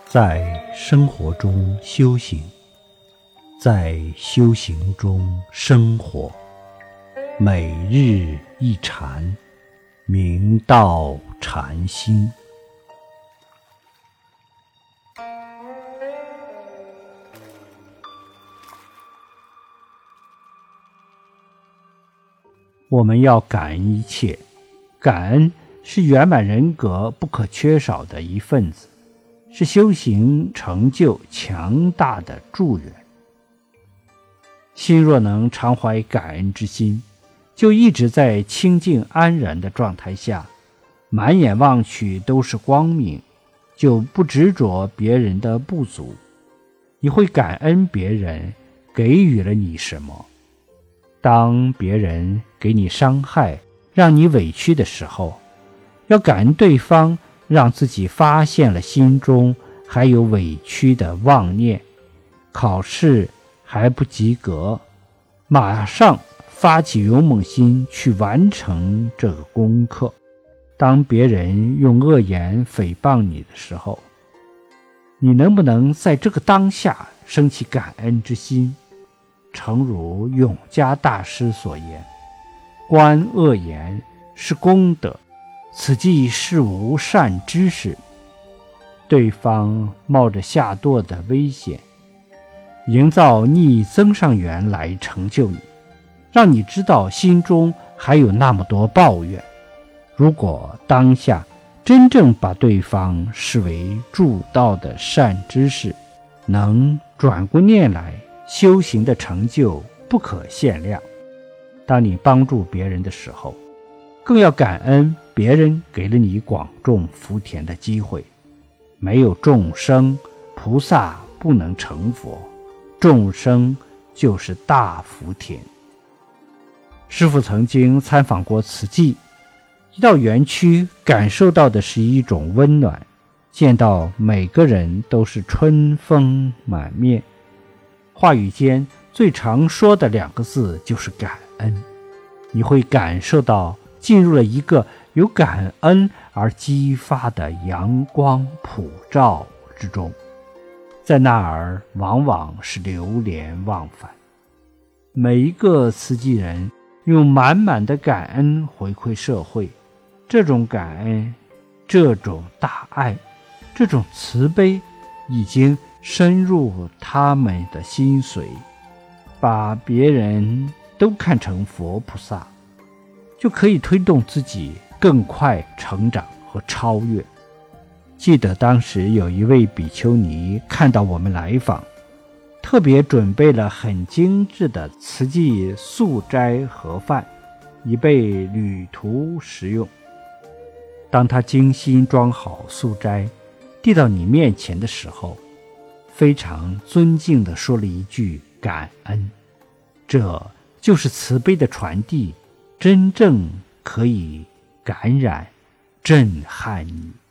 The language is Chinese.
在生活中修行，在修行中生活，每日一禅，明道禅心。我们要感恩一切，感恩是圆满人格不可缺少的一份子，是修行成就强大的助缘。心若能常怀感恩之心，就一直在清净安然的状态下，满眼望去都是光明，就不执着别人的不足。你会感恩别人给予了你什么。当别人给你伤害，让你委屈的时候，要感恩对方让自己发现了心中还有委屈的妄念。考试还不及格，马上发起勇猛心去完成这个功课。当别人用恶言诽谤你的时候，你能不能在这个当下升起感恩之心？诚如永嘉大师所言，观恶言是功德，此即是无善知识。对方冒着下堕的危险，营造逆增上缘来成就你，让你知道心中还有那么多抱怨。如果当下真正把对方视为助道的善知识，能转过念来，修行的成就不可限量。当你帮助别人的时候，更要感恩别人给了你广种福田的机会。没有众生，菩萨不能成佛，众生就是大福田。师父曾经参访过慈济，一到园区，感受到的是一种温暖，见到每个人都是春风满面。话语间最常说的2个字就是感恩。你会感受到进入了一个由感恩而激发的阳光普照之中，在那儿往往是流连忘返。每一个慈济人用满满的感恩回馈社会，这种感恩，这种大爱，这种慈悲已经深入他们的心髓，把别人都看成佛菩萨，就可以推动自己更快成长和超越。记得当时有一位比丘尼看到我们来访，特别准备了很精致的慈济素斋盒饭，以备旅途食用。当他精心装好素斋递到你面前的时候，非常尊敬地说了一句感恩。这就是慈悲的传递，真正可以感染震撼你。